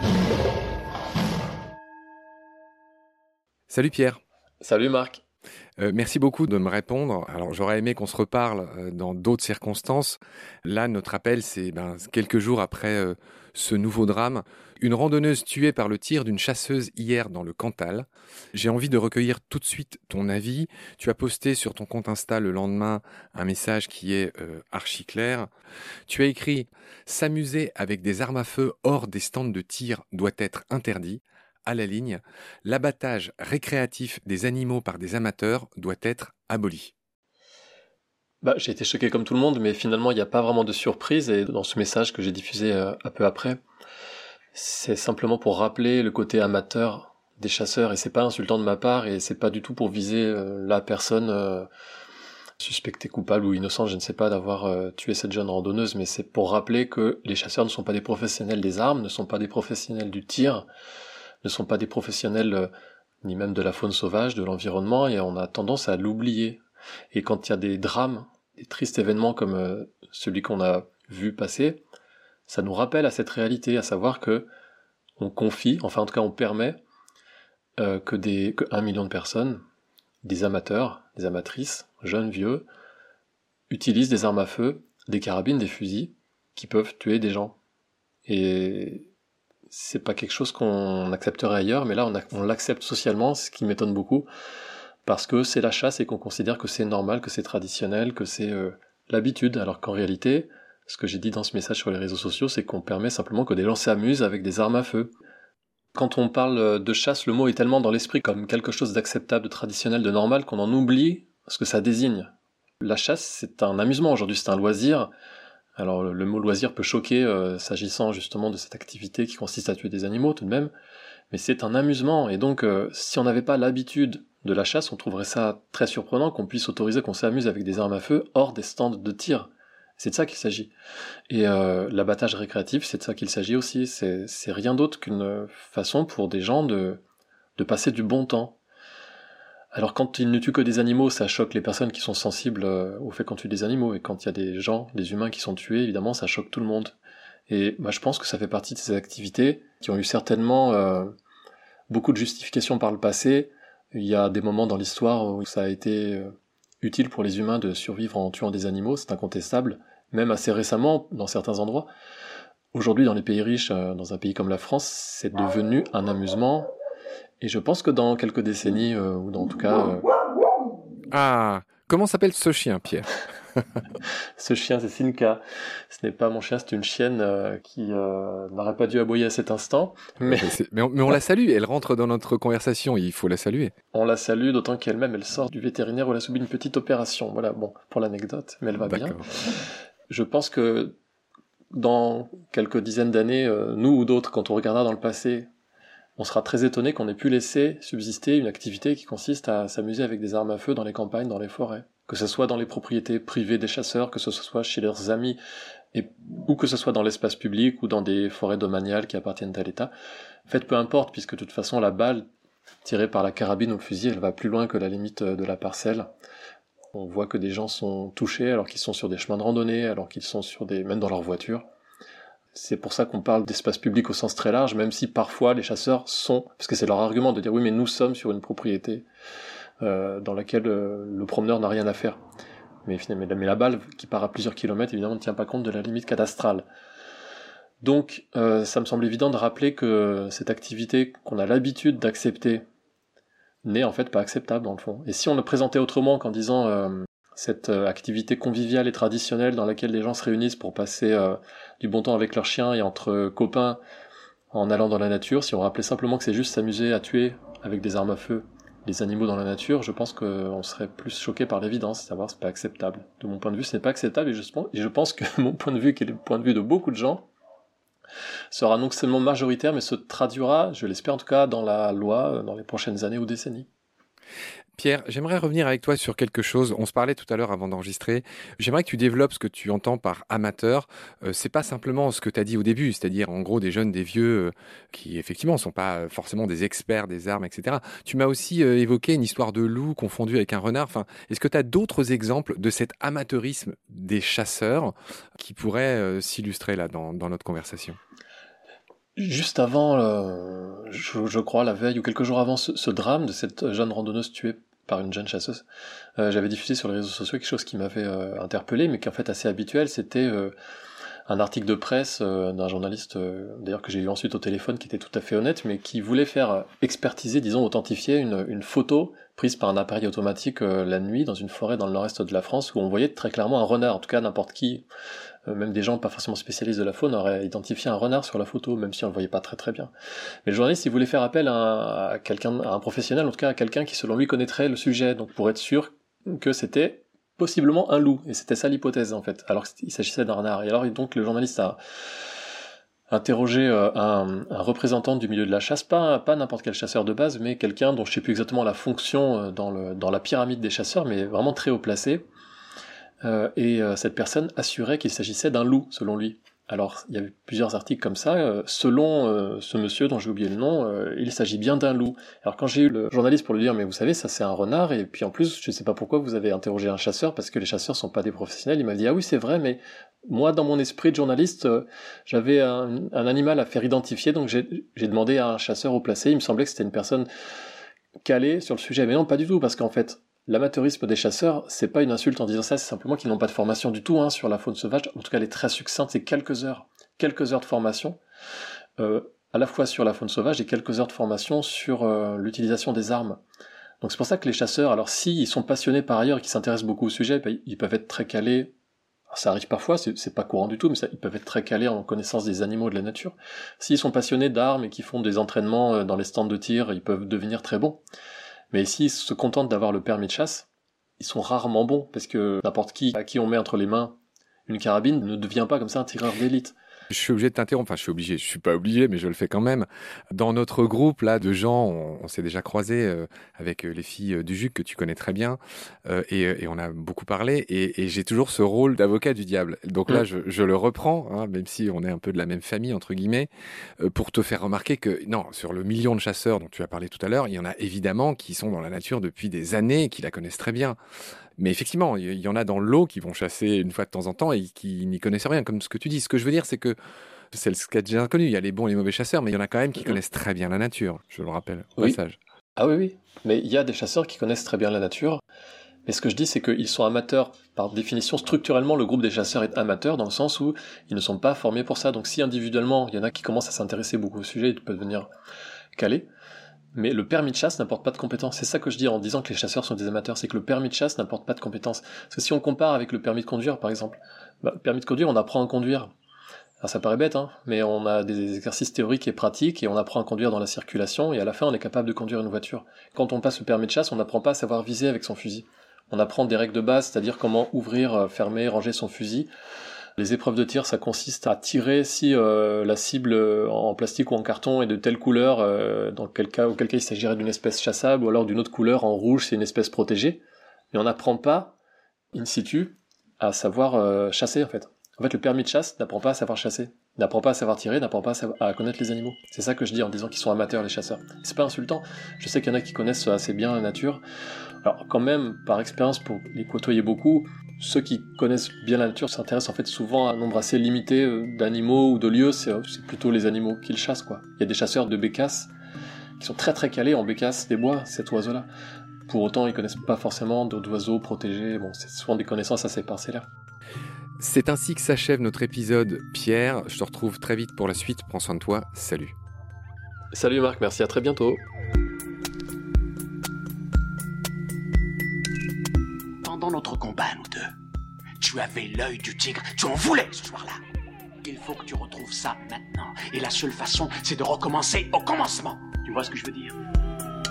Salut Pierre. Salut Marc. Merci beaucoup de me répondre. Alors j'aurais aimé qu'on se reparle dans d'autres circonstances. Là, notre appel, c'est quelques jours après ce nouveau drame. Une randonneuse tuée par le tir d'une chasseuse hier dans le Cantal. J'ai envie de recueillir tout de suite ton avis. Tu as posté sur ton compte Insta le lendemain un message qui est archi clair. Tu as écrit « S'amuser avec des armes à feu hors des stands de tir doit être interdit ». À la ligne, l'abattage récréatif des animaux par des amateurs doit être aboli. J'ai été choqué comme tout le monde, mais finalement il n'y a pas vraiment de surprise, et dans ce message que j'ai diffusé un peu après, c'est simplement pour rappeler le côté amateur des chasseurs, et c'est pas insultant de ma part, et c'est pas du tout pour viser la personne suspectée coupable ou innocente, je ne sais pas, d'avoir tué cette jeune randonneuse, mais c'est pour rappeler que les chasseurs ne sont pas des professionnels des armes, ne sont pas des professionnels du tir, ne sont pas des professionnels ni même de la faune sauvage, de l'environnement, et on a tendance à l'oublier. Et quand il y a des drames, des tristes événements comme celui qu'on a vu passer, ça nous rappelle à cette réalité, à savoir que on confie, enfin en tout cas on permet que 1 million de personnes, des amateurs, des amatrices, jeunes, vieux, utilisent des armes à feu, des carabines, des fusils, qui peuvent tuer des gens. Et c'est pas quelque chose qu'on accepterait ailleurs, mais là on l'accepte socialement, ce qui m'étonne beaucoup, parce que c'est la chasse et qu'on considère que c'est normal, que c'est traditionnel, que c'est l'habitude, alors qu'en réalité, ce que j'ai dit dans ce message sur les réseaux sociaux, c'est qu'on permet simplement que des gens s'amusent avec des armes à feu. Quand on parle de chasse, le mot est tellement dans l'esprit comme quelque chose d'acceptable, de traditionnel, de normal, qu'on en oublie ce que ça désigne. La chasse, c'est un amusement aujourd'hui, c'est un loisir. Alors le mot loisir peut choquer s'agissant justement de cette activité qui consiste à tuer des animaux tout de même, mais c'est un amusement, et donc si on n'avait pas l'habitude de la chasse, on trouverait ça très surprenant qu'on puisse autoriser qu'on s'amuse avec des armes à feu hors des stands de tir. C'est de ça qu'il s'agit. Et l'abattage récréatif, c'est de ça qu'il s'agit aussi, c'est rien d'autre qu'une façon pour des gens de passer du bon temps. Alors quand ils ne tuent que des animaux, ça choque les personnes qui sont sensibles au fait qu'on tue des animaux, et quand il y a des gens, des humains qui sont tués, évidemment ça choque tout le monde. Et je pense que ça fait partie de ces activités qui ont eu certainement beaucoup de justifications par le passé. Il y a des moments dans l'histoire où ça a été utile pour les humains de survivre en tuant des animaux, c'est incontestable, même assez récemment dans certains endroits. Aujourd'hui, dans les pays riches, dans un pays comme la France, c'est devenu un amusement. Et je pense que dans quelques décennies, ou en tout cas... Ah, comment s'appelle ce chien, Pierre? Ce chien, c'est Sinka. Ce n'est pas mon chien, c'est une chienne qui n'aurait pas dû aboyer à cet instant. Mais on la salue, elle rentre dans notre conversation, il faut la saluer. On la salue, d'autant qu'elle-même, elle sort du vétérinaire où elle a subi une petite opération. Voilà, bon, pour l'anecdote, mais elle va bien. Je pense que dans quelques dizaines d'années, nous ou d'autres, quand on regardera dans le passé, on sera très étonné qu'on ait pu laisser subsister une activité qui consiste à s'amuser avec des armes à feu dans les campagnes, dans les forêts. Que ce soit dans les propriétés privées des chasseurs, que ce soit chez leurs amis, ou que ce soit dans l'espace public ou dans des forêts domaniales qui appartiennent à l'État. En fait, peu importe, puisque de toute façon, la balle tirée par la carabine ou le fusil, elle va plus loin que la limite de la parcelle. On voit que des gens sont touchés alors qu'ils sont sur des chemins de randonnée, alors qu'ils sont même dans leur voiture. C'est pour ça qu'on parle d'espace public au sens très large, même si parfois les chasseurs parce que c'est leur argument de dire oui mais nous sommes sur une propriété dans laquelle le promeneur n'a rien à faire. Mais la balle qui part à plusieurs kilomètres évidemment ne tient pas compte de la limite cadastrale. Donc ça me semble évident de rappeler que cette activité qu'on a l'habitude d'accepter n'est en fait pas acceptable dans le fond. Et si on le présentait autrement qu'en disant cette activité conviviale et traditionnelle dans laquelle les gens se réunissent pour passer du bon temps avec leurs chiens et entre copains en allant dans la nature, si on rappelait simplement que c'est juste s'amuser à tuer avec des armes à feu les animaux dans la nature, je pense qu'on serait plus choqué par l'évidence, à savoir c'est pas acceptable. De mon point de vue, ce n'est pas acceptable, et je pense que mon point de vue, qui est le point de vue de beaucoup de gens, sera non seulement majoritaire, mais se traduira, je l'espère en tout cas, dans la loi dans les prochaines années ou décennies. Pierre, j'aimerais revenir avec toi sur quelque chose. On se parlait tout à l'heure avant d'enregistrer. J'aimerais que tu développes ce que tu entends par amateur. C'est pas simplement ce que tu as dit au début, c'est-à-dire en gros des jeunes, des vieux qui effectivement sont pas forcément des experts des armes, etc. Tu m'as aussi évoqué une histoire de loup confondu avec un renard. Enfin, est-ce que tu as d'autres exemples de cet amateurisme des chasseurs qui pourraient s'illustrer là dans notre conversation ? Juste avant, je crois, la veille ou quelques jours avant ce drame de cette jeune randonneuse tuée par une jeune chasseuse, j'avais diffusé sur les réseaux sociaux quelque chose qui m'avait interpellé, mais qui est en fait assez habituel. C'était un article de presse d'un journaliste, d'ailleurs que j'ai eu ensuite au téléphone, qui était tout à fait honnête, mais qui voulait faire expertiser, disons authentifier une photo prise par un appareil automatique la nuit dans une forêt dans le nord-est de la France, où on voyait très clairement un renard. En tout cas, n'importe qui, même des gens pas forcément spécialistes de la faune, auraient identifié un renard sur la photo, même si on le voyait pas très très bien. Mais le journaliste, il voulait faire appel à quelqu'un, à un professionnel, en tout cas à quelqu'un qui selon lui connaîtrait le sujet, donc pour être sûr que c'était possiblement un loup, et c'était ça l'hypothèse en fait, alors qu'il s'agissait d'un renard. Et alors donc le journaliste a interrogé un représentant du milieu de la chasse, pas n'importe quel chasseur de base, mais quelqu'un dont je sais plus exactement la fonction dans la pyramide des chasseurs, mais vraiment très haut placé. Cette personne assurait qu'il s'agissait d'un loup, selon lui. Alors, il y avait plusieurs articles comme ça. Selon ce monsieur dont j'ai oublié le nom, il s'agit bien d'un loup. Alors, quand j'ai eu le journaliste pour lui dire, mais vous savez, ça c'est un renard, et puis en plus, je sais pas pourquoi vous avez interrogé un chasseur, parce que les chasseurs sont pas des professionnels, il m'a dit, ah oui, c'est vrai, mais moi, dans mon esprit de journaliste, j'avais un animal à faire identifier, donc j'ai demandé à un chasseur au placé, il me semblait que c'était une personne calée sur le sujet. Mais non, pas du tout, parce qu'en fait, l'amateurisme des chasseurs, c'est pas une insulte en disant ça, c'est simplement qu'ils n'ont pas de formation du tout sur la faune sauvage. En tout cas, elle est très succincte, c'est quelques heures de formation, à la fois sur la faune sauvage et quelques heures de formation sur l'utilisation des armes. Donc c'est pour ça que les chasseurs, alors s'ils sont passionnés par ailleurs et qu'ils s'intéressent beaucoup au sujet, ils peuvent être très calés. Alors, ça arrive parfois, c'est pas courant du tout, mais ils peuvent être très calés en connaissance des animaux et de la nature. S'ils sont passionnés d'armes et qu'ils font des entraînements dans les stands de tir, ils peuvent devenir très bons. Mais s'ils se contentent d'avoir le permis de chasse, ils sont rarement bons, parce que n'importe qui à qui on met entre les mains une carabine ne devient pas comme ça un tireur d'élite. Je suis obligé de t'interrompre, enfin je suis pas obligé, mais je le fais quand même. Dans notre groupe là de gens, on s'est déjà croisés avec les filles du JUC que tu connais très bien, et on a beaucoup parlé, et j'ai toujours ce rôle d'avocat du diable. Donc là, je le reprends, même si on est un peu de la même famille, entre guillemets, pour te faire remarquer que, non, sur le million de chasseurs dont tu as parlé tout à l'heure, il y en a évidemment qui sont dans la nature depuis des années et qui la connaissent très bien. Mais effectivement, il y en a dans l'eau qui vont chasser une fois de temps en temps et qui n'y connaissent rien, comme ce que tu dis. Ce que je veux dire, c'est que c'est le sketch bien connu. Il y a les bons et les mauvais chasseurs, mais il y en a quand même qui connaissent très bien la nature, je le rappelle au passage. Ah oui. Mais il y a des chasseurs qui connaissent très bien la nature. Mais ce que je dis, c'est qu'ils sont amateurs. Par définition, structurellement, le groupe des chasseurs est amateur dans le sens où ils ne sont pas formés pour ça. Donc si individuellement, il y en a qui commencent à s'intéresser beaucoup au sujet, ils peuvent devenir calés. Mais le permis de chasse n'apporte pas de compétences. C'est ça que je dis en disant que les chasseurs sont des amateurs, c'est que le permis de chasse n'apporte pas de compétences. Parce que si on compare avec le permis de conduire, par exemple, le permis de conduire, on apprend à conduire. Alors ça paraît bête, mais on a des exercices théoriques et pratiques, et on apprend à conduire dans la circulation, et à la fin on est capable de conduire une voiture. Quand on passe le permis de chasse, on n'apprend pas à savoir viser avec son fusil. On apprend des règles de base, c'est-à-dire comment ouvrir, fermer, ranger son fusil. Les épreuves de tir, ça consiste à tirer si la cible en plastique ou en carton est de telle couleur, auquel cas il s'agirait d'une espèce chassable, ou alors d'une autre couleur en rouge, c'est une espèce protégée. Mais on n'apprend pas, in situ, à savoir chasser en fait. En fait, le permis de chasse n'apprend pas à savoir chasser, n'apprend pas à savoir tirer, n'apprend pas à connaître les animaux. C'est ça que je dis en disant qu'ils sont amateurs les chasseurs. C'est pas insultant. Je sais qu'il y en a qui connaissent assez bien la nature. Alors quand même, par expérience, pour les côtoyer beaucoup, ceux qui connaissent bien la nature s'intéressent en fait souvent à un nombre assez limité d'animaux ou de lieux, c'est plutôt les animaux qu'ils chassent quoi. Il y a des chasseurs de bécasses qui sont très très calés en bécasse des bois, cet oiseau-là. Pour autant, ils connaissent pas forcément d'autres oiseaux protégés, bon, c'est souvent des connaissances assez parcellaires. C'est ainsi que s'achève notre épisode. Pierre, je te retrouve très vite pour la suite, prends soin de toi, salut. Salut Marc, merci, à très bientôt. Pendant notre combat, nous deux, tu avais l'œil du tigre, tu en voulais ce soir-là. Il faut que tu retrouves ça maintenant. Et la seule façon, c'est de recommencer au commencement. Tu vois ce que je veux dire ?